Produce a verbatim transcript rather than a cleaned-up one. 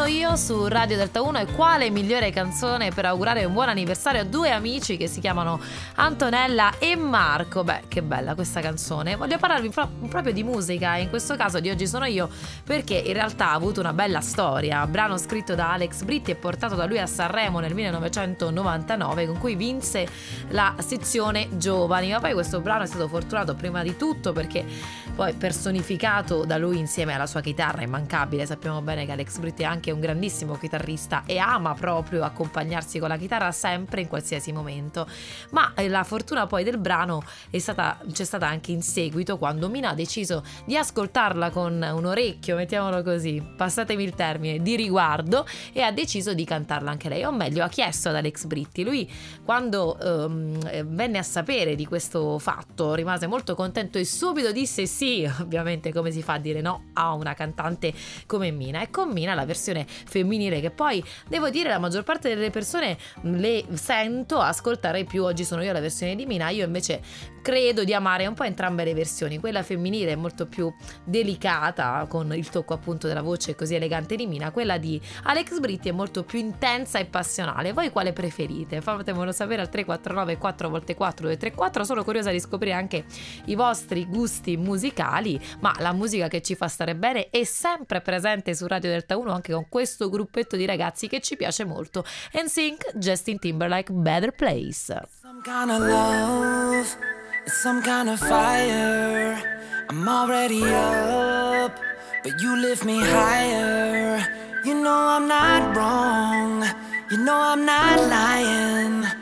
io su Radio Delta uno. E quale migliore canzone per augurare un buon anniversario a due amici che si chiamano Antonella e Marco. Beh, che bella questa canzone. Voglio parlarvi pro- proprio di musica, e in questo caso di Oggi sono io, perché in realtà ha avuto una bella storia. Brano scritto da Alex Britti e portato da lui a Sanremo nel millenovecentonovantanove, con cui vinse la sezione giovani. Ma poi questo brano è stato fortunato prima di tutto perché poi personificato da lui insieme alla sua chitarra immancabile. Sappiamo bene che Alex Britti è anche un grandissimo chitarrista e ama proprio accompagnarsi con la chitarra sempre, in qualsiasi momento. Ma la fortuna poi del brano è stata, c'è stata anche in seguito, quando Mina ha deciso di ascoltarla con un orecchio, mettiamolo così, passatemi il termine, di riguardo, e ha deciso di cantarla anche lei, o meglio ha chiesto ad Alex Britti. Lui, quando ehm, venne a sapere di questo fatto, rimase molto contento e subito disse sì, ovviamente, come si fa a dire no a una cantante come Mina. E con Mina la versione femminile, che poi devo dire la maggior parte delle persone le sento ascoltare più Oggi sono io, la versione di Mina. Io invece credo di amare un po' entrambe le versioni. Quella femminile è molto più delicata, con il tocco appunto della voce così elegante di Mina. Quella di Alex Britti è molto più intensa e passionale. Voi quale preferite? Fatemelo sapere al tre quattro nove quattro volte quattro due tre quattro. Sono curiosa di scoprire anche i vostri gusti musicali, ma la musica che ci fa stare bene è sempre presente su Radio Delta uno, anche con questo gruppetto di ragazzi che ci piace molto. N Sync, Justin Timberlake, Better Place. Some kind of love, it's some kind of fire. I'm already up, but you lift me higher. You know I'm not wrong, you know I'm not lying.